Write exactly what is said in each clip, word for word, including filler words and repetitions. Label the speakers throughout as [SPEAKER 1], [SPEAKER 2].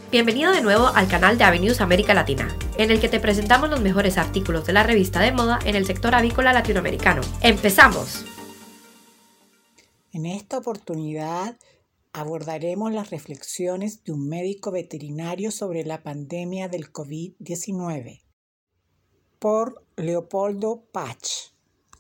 [SPEAKER 1] Bienvenido de nuevo al canal de Avenews América Latina, en el que te presentamos los mejores artículos de la revista de moda en el sector avícola latinoamericano. ¡Empezamos!
[SPEAKER 2] En esta oportunidad abordaremos las reflexiones de un médico veterinario sobre la pandemia del COVID diecinueve, por Leopoldo Pach.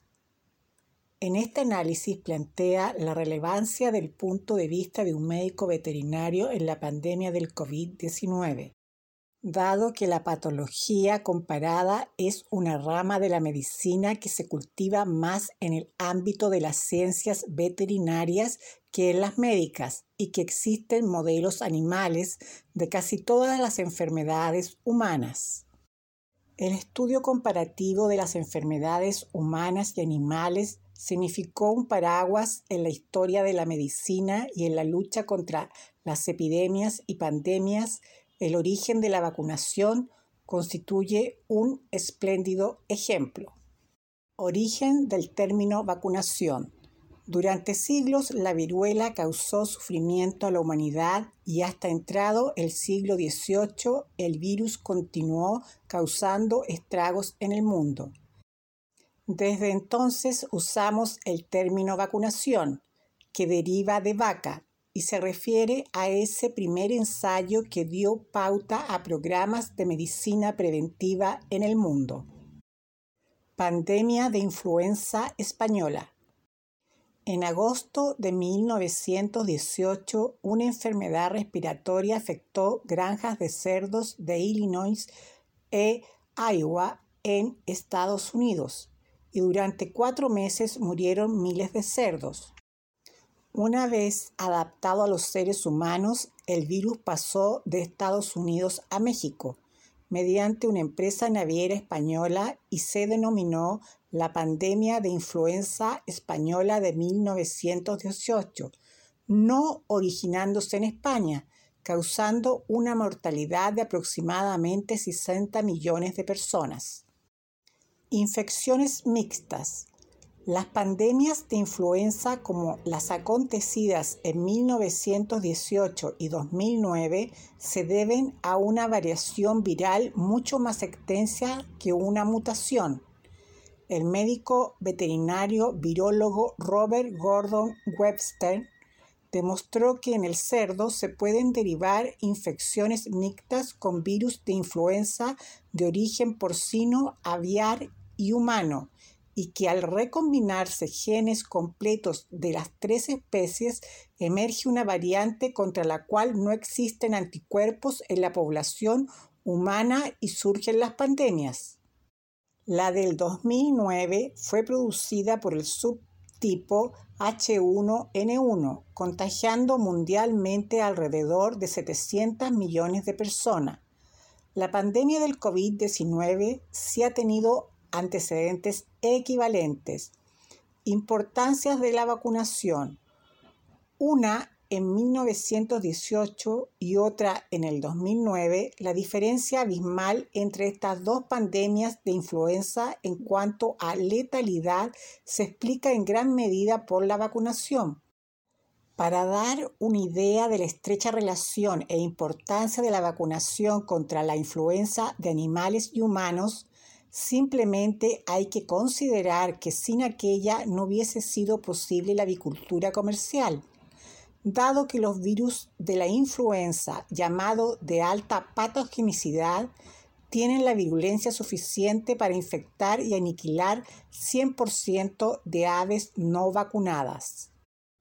[SPEAKER 2] En este análisis plantea la relevancia del punto de vista de un médico veterinario en la pandemia del COVID diecinueve, dado que la patología comparada es una rama de la medicina que se cultiva más en el ámbito de las ciencias veterinarias que en las médicas y que existen modelos animales de casi todas las enfermedades humanas. El estudio comparativo de las enfermedades humanas y animales significó un paraguas en la historia de la medicina y en la lucha contra las epidemias y pandemias. El origen de la vacunación constituye un espléndido ejemplo. Origen del término vacunación. Durante siglos la viruela causó sufrimiento a la humanidad y hasta entrado el siglo dieciocho el virus continuó causando estragos en el mundo. Desde entonces usamos el término vacunación, que deriva de vaca, y se refiere a ese primer ensayo que dio pauta a programas de medicina preventiva en el mundo. Pandemia de influenza española. En agosto de mil novecientos dieciocho, una enfermedad respiratoria afectó granjas de cerdos de Illinois e Iowa en Estados Unidos, y durante cuatro meses murieron miles de cerdos. Una vez adaptado a los seres humanos, el virus pasó de Estados Unidos a México mediante una empresa naviera española y se denominó la pandemia de influenza española de mil novecientos dieciocho, no originándose en España, causando una mortalidad de aproximadamente sesenta millones de personas. Infecciones mixtas. Las pandemias de influenza como las acontecidas en mil novecientos dieciocho y dos mil nueve se deben a una variación viral mucho más extensa que una mutación. El médico veterinario virólogo Robert Gordon Webster demostró que en el cerdo se pueden derivar infecciones mixtas con virus de influenza de origen porcino, aviar y humano, y que al recombinarse genes completos de las tres especies emerge una variante contra la cual no existen anticuerpos en la población humana y surgen las pandemias. La del dos mil nueve fue producida por el subtipo H uno N uno, contagiando mundialmente a alrededor de setecientos millones de personas. La pandemia del COVID diecinueve sí ha tenido antecedentes equivalentes. Importancias de la vacunación. Una en mil novecientos dieciocho y otra en el dos mil nueve, la diferencia abismal entre estas dos pandemias de influenza en cuanto a letalidad se explica en gran medida por la vacunación. Para dar una idea de la estrecha relación e importancia de la vacunación contra la influenza de animales y humanos, simplemente hay que considerar que sin aquella no hubiese sido posible la avicultura comercial, dado que los virus de la influenza, llamado de alta patogenicidad, tienen la virulencia suficiente para infectar y aniquilar cien por ciento de aves no vacunadas.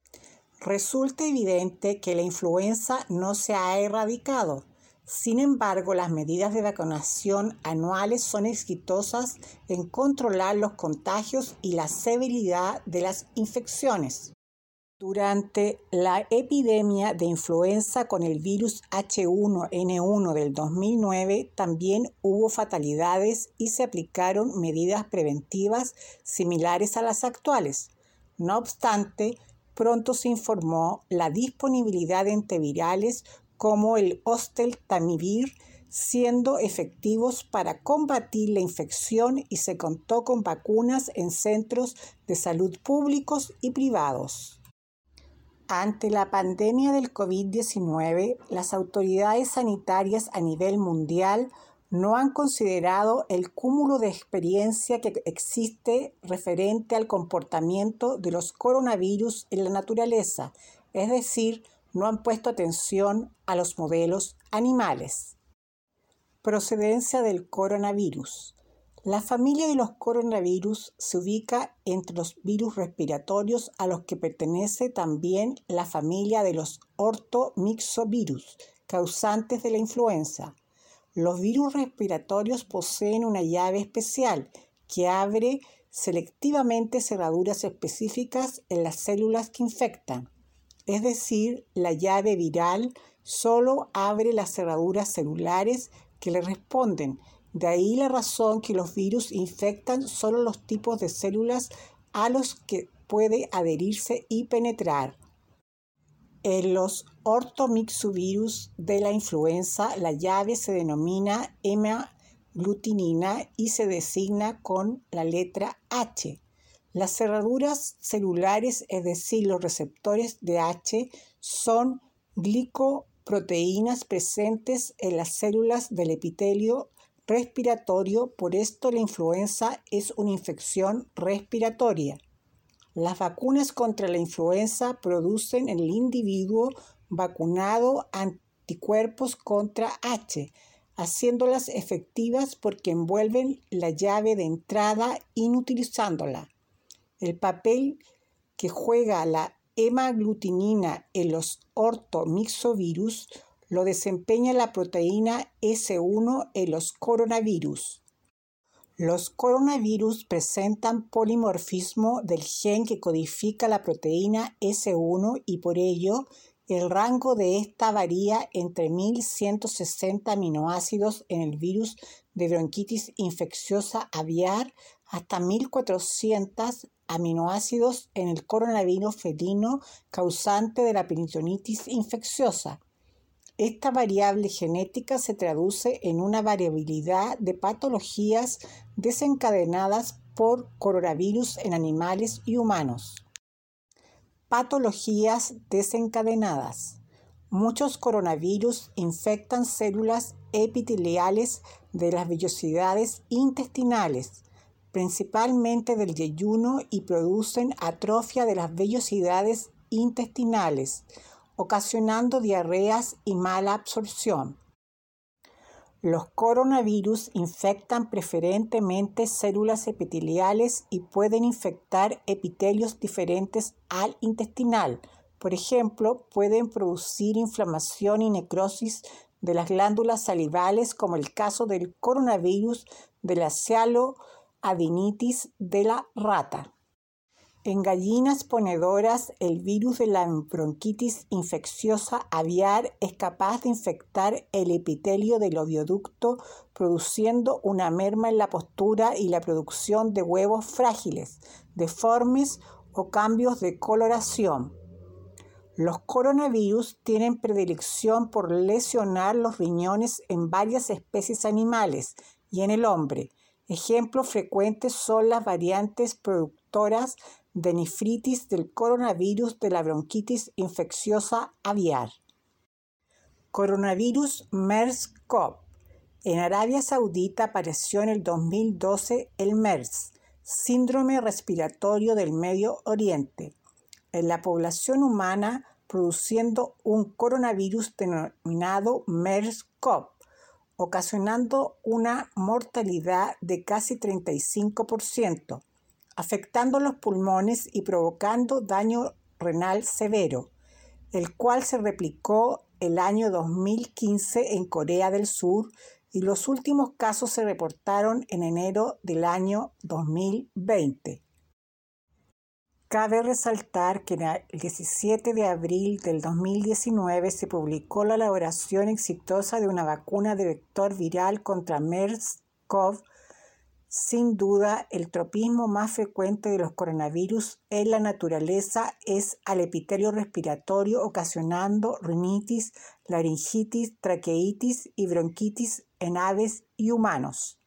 [SPEAKER 2] Resulta evidente que la influenza no se ha erradicado. Sin embargo, las medidas de vacunación anuales son exitosas en controlar los contagios y la severidad de las infecciones. Durante la epidemia de influenza con el virus H uno N uno del dos mil nueve también hubo fatalidades y se aplicaron medidas preventivas similares a las actuales. No obstante, pronto se informó la disponibilidad de antivirales como el oseltamivir, siendo efectivos para combatir la infección, y se contó con vacunas en centros de salud públicos y privados. Ante la pandemia del COVID diecinueve, las autoridades sanitarias a nivel mundial no han considerado el cúmulo de experiencia que existe referente al comportamiento de los coronavirus en la naturaleza, es decir, no han puesto atención a los modelos animales. Procedencia del coronavirus. La familia de los coronavirus se ubica entre los virus respiratorios a los que pertenece también la familia de los ortomyxovirus, causantes de la influenza. Los virus respiratorios poseen una llave especial que abre selectivamente cerraduras específicas en las células que infectan. Es decir, la llave viral solo abre las cerraduras celulares que le responden. De ahí la razón que los virus infectan solo los tipos de células a los que puede adherirse y penetrar. En los ortomyxovirus de la influenza, la llave se denomina hemaglutinina y se designa con la letra H. Las cerraduras celulares, es decir, los receptores de H, son glicoproteínas presentes en las células del epitelio respiratorio, por esto la influenza es una infección respiratoria. Las vacunas contra la influenza producen en el individuo vacunado anticuerpos contra H, haciéndolas efectivas porque envuelven la llave de entrada inutilizándola. El papel que juega la hemaglutinina en los ortomyxovirus lo desempeña la proteína ese uno en los coronavirus. Los coronavirus presentan polimorfismo del gen que codifica la proteína ese uno y por ello el rango de esta varía entre mil ciento sesenta aminoácidos en el virus de bronquitis infecciosa aviar hasta mil cuatrocientos aminoácidos en el coronavirus felino causante de la peritonitis infecciosa. Esta variable genética se traduce en una variabilidad de patologías desencadenadas por coronavirus en animales y humanos. Patologías desencadenadas. Muchos coronavirus infectan células epiteliales de las vellosidades intestinales, principalmente del yeyuno, y producen atrofia de las vellosidades intestinales, ocasionando diarreas y mala absorción. Los coronavirus infectan preferentemente células epiteliales y pueden infectar epitelios diferentes al intestinal. Por ejemplo, pueden producir inflamación y necrosis de las glándulas salivales, como el caso del coronavirus de la cialoadenitis de la rata. En gallinas ponedoras, el virus de la bronquitis infecciosa aviar es capaz de infectar el epitelio del oviducto, produciendo una merma en la postura y la producción de huevos frágiles, deformes o cambios de coloración. Los coronavirus tienen predilección por lesionar los riñones en varias especies animales y en el hombre. Ejemplos frecuentes son las variantes productoras de nefritis del coronavirus de la bronquitis infecciosa aviar. Coronavirus MERS-CoV. En Arabia Saudita apareció en el dos mil doce el MERS, síndrome respiratorio del Medio Oriente, en la población humana, produciendo un coronavirus denominado MERS-CoV, ocasionando una mortalidad de casi treinta y cinco por ciento, afectando los pulmones y provocando daño renal severo, el cual se replicó el año dos mil quince en Corea del Sur y los últimos casos se reportaron en enero del año dos mil veinte. Cabe resaltar que el diecisiete de abril del dos mil diecinueve se publicó la elaboración exitosa de una vacuna de vector viral contra MERS-CoV. Sin duda, el tropismo más frecuente de los coronavirus en la naturaleza es al epitelio respiratorio, ocasionando rinitis, laringitis, traqueitis y bronquitis en aves y humanos.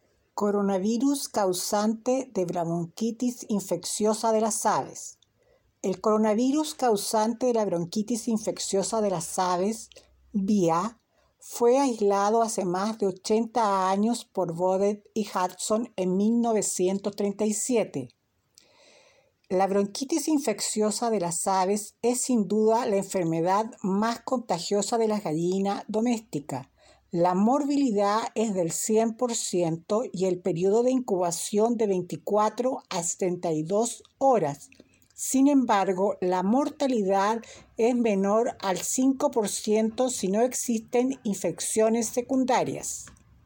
[SPEAKER 2] Coronavirus causante de bronquitis infecciosa de las aves. El coronavirus causante de la bronquitis infecciosa de las aves, B I A, fue aislado hace más de ochenta años por Bodet y Hudson en mil novecientos treinta y siete. La bronquitis infecciosa de las aves es sin duda la enfermedad más contagiosa de la gallina doméstica. La morbilidad es del cien por ciento y el periodo de incubación de veinticuatro a setenta y dos horas. Sin embargo, la mortalidad es menor al cinco por ciento si no existen infecciones secundarias.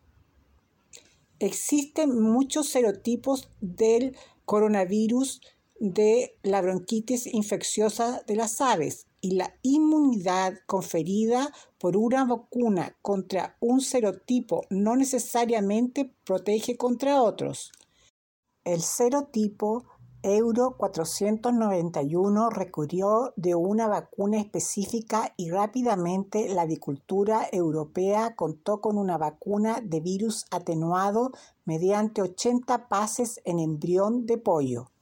[SPEAKER 2] Existen muchos serotipos del coronavirus de la bronquitis infecciosa de las aves y la inmunidad conferida por una vacuna contra un serotipo no necesariamente protege contra otros. El serotipo Euro cuatrocientos noventa y uno requirió de una vacuna específica y rápidamente la avicultura europea contó con una vacuna de virus atenuado mediante ochenta pases en embrión de pollo.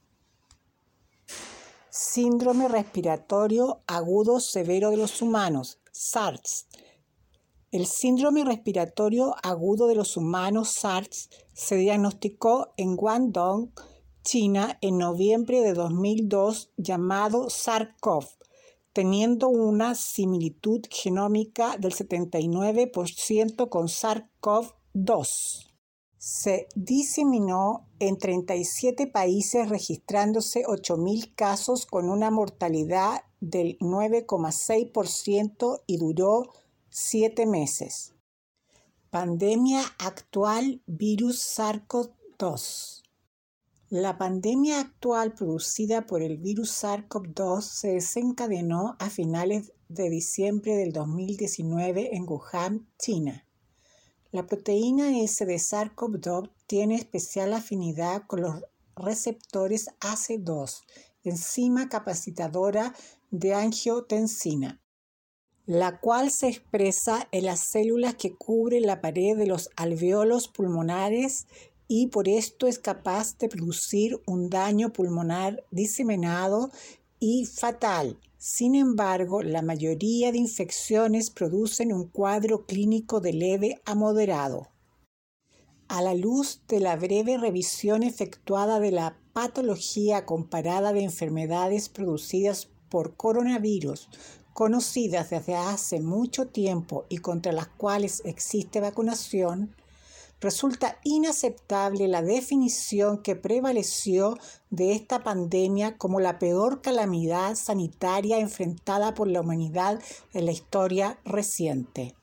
[SPEAKER 2] Síndrome respiratorio agudo severo de los humanos, SARS. El síndrome respiratorio agudo de los humanos, SARS, se diagnosticó en Guangdong, China, en noviembre de dos mil dos, llamado SARS-CoV, teniendo una similitud genómica del setenta y nueve por ciento con SARS-CoV dos. Se diseminó en treinta y siete países, registrándose ocho mil casos con una mortalidad del nueve coma seis por ciento y duró siete meses. Pandemia actual virus SARS-CoV dos. La pandemia actual producida por el virus SARS-CoV dos se desencadenó a finales de diciembre del dos mil diecinueve en Wuhan, China. La proteína S de SARS-CoV dos tiene especial afinidad con los receptores A C E dos, enzima capacitadora de angiotensina, la cual se expresa en las células que cubren la pared de los alveolos pulmonares y por esto es capaz de producir un daño pulmonar diseminado y fatal. Sin embargo, la mayoría de infecciones producen un cuadro clínico de leve a moderado. A la luz de la breve revisión efectuada de la patología comparada de enfermedades producidas por coronavirus, conocidas desde hace mucho tiempo y contra las cuales existe vacunación, resulta inaceptable la definición que prevaleció de esta pandemia como la peor calamidad sanitaria enfrentada por la humanidad en la historia reciente.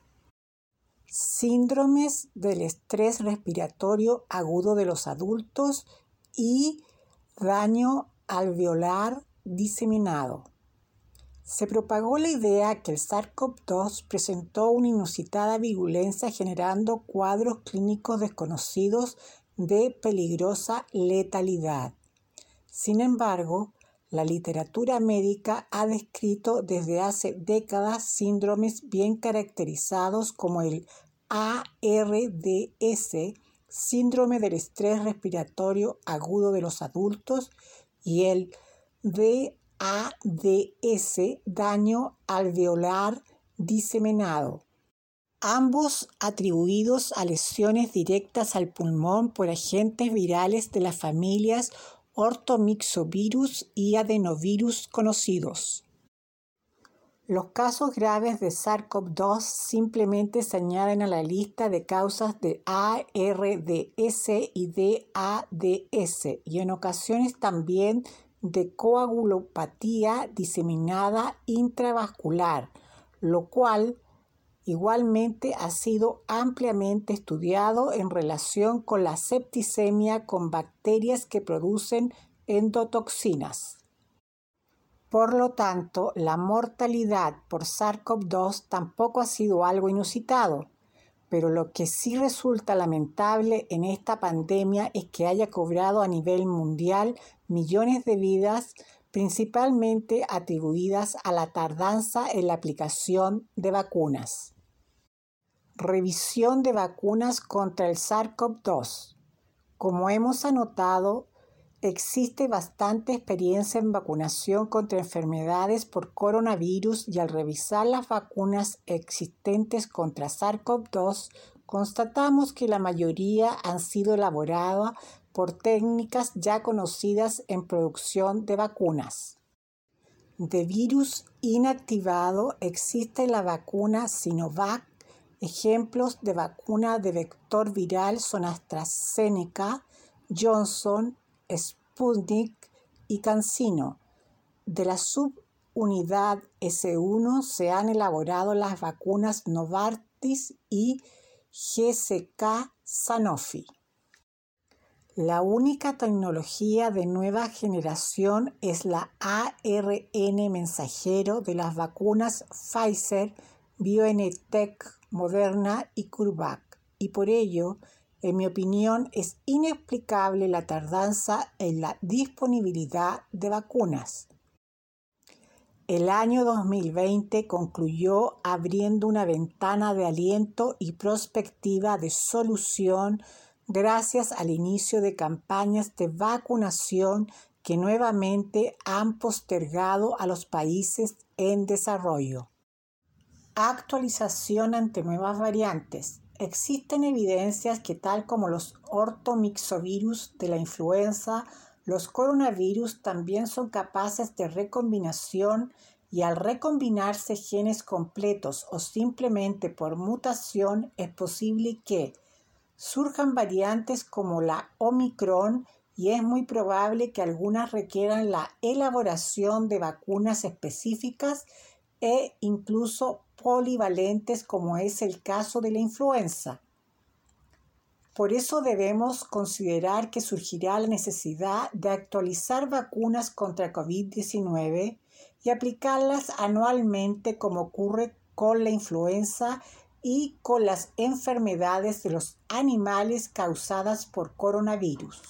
[SPEAKER 2] Síndromes del estrés respiratorio agudo de los adultos y daño alveolar diseminado. Se propagó la idea que el SARS-CoV dos presentó una inusitada virulencia generando cuadros clínicos desconocidos de peligrosa letalidad. Sin embargo, la literatura médica ha descrito desde hace décadas síndromes bien caracterizados como el A R D S, síndrome del estrés respiratorio agudo de los adultos, y el D A D S, daño alveolar diseminado, ambos atribuidos a lesiones directas al pulmón por agentes virales de las familias ortomixovirus y adenovirus conocidos. Los casos graves de SARS-CoV dos simplemente se añaden a la lista de causas de A R D S y D A D S y en ocasiones también de coagulopatía diseminada intravascular, lo cual igualmente ha sido ampliamente estudiado en relación con la septicemia con bacterias que producen endotoxinas. Por lo tanto, la mortalidad por SARS-CoV dos tampoco ha sido algo inusitado, pero lo que sí resulta lamentable en esta pandemia es que haya cobrado a nivel mundial millones de vidas, principalmente atribuidas a la tardanza en la aplicación de vacunas. Revisión de vacunas contra el SARS-CoV dos. Como hemos anotado, Existe bastante experiencia en vacunación contra enfermedades por coronavirus y al revisar las vacunas existentes contra SARS-CoV dos, constatamos que la mayoría han sido elaboradas por técnicas ya conocidas en producción de vacunas. De virus inactivado existe la vacuna Sinovac. Ejemplos de vacuna de vector viral son AstraZeneca, Johnson, Sputnik y CanSino. De la subunidad ese uno se han elaborado las vacunas Novartis y G S K Sanofi. La única tecnología de nueva generación es la A R N mensajero de las vacunas Pfizer, BioNTech, Moderna y CureVac, y por ello, en mi opinión, es inexplicable la tardanza en la disponibilidad de vacunas. El año dos mil veinte concluyó abriendo una ventana de aliento y perspectiva de solución gracias al inicio de campañas de vacunación que nuevamente han postergado a los países en desarrollo. Actualización ante nuevas variantes. Existen evidencias que, tal como los ortomixovirus de la influenza, los coronavirus también son capaces de recombinación y al recombinarse genes completos o simplemente por mutación es posible que surjan variantes como la Omicron y es muy probable que algunas requieran la elaboración de vacunas específicas e incluso polivalentes como es el caso de la influenza. Por eso debemos considerar que surgirá la necesidad de actualizar vacunas contra COVID diecinueve y aplicarlas anualmente como ocurre con la influenza y con las enfermedades de los animales causadas por coronavirus.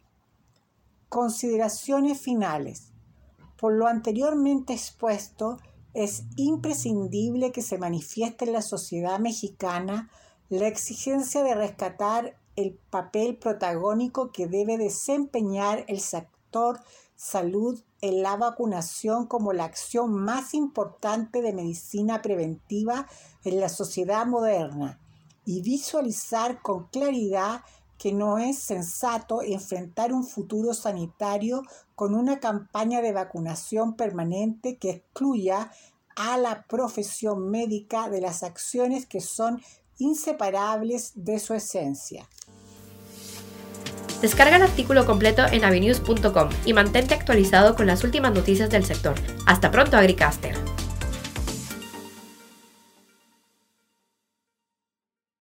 [SPEAKER 2] Consideraciones finales. Por lo anteriormente expuesto, es imprescindible que se manifieste en la sociedad mexicana la exigencia de rescatar el papel protagónico que debe desempeñar el sector salud en la vacunación como la acción más importante de medicina preventiva en la sociedad moderna y visualizar con claridad que no es sensato enfrentar un futuro sanitario con una campaña de vacunación permanente que excluya a la profesión médica de las acciones que son inseparables de su esencia.
[SPEAKER 1] Descarga el artículo completo en avinews punto com y mantente actualizado con las últimas noticias del sector. Hasta pronto, Agricaster.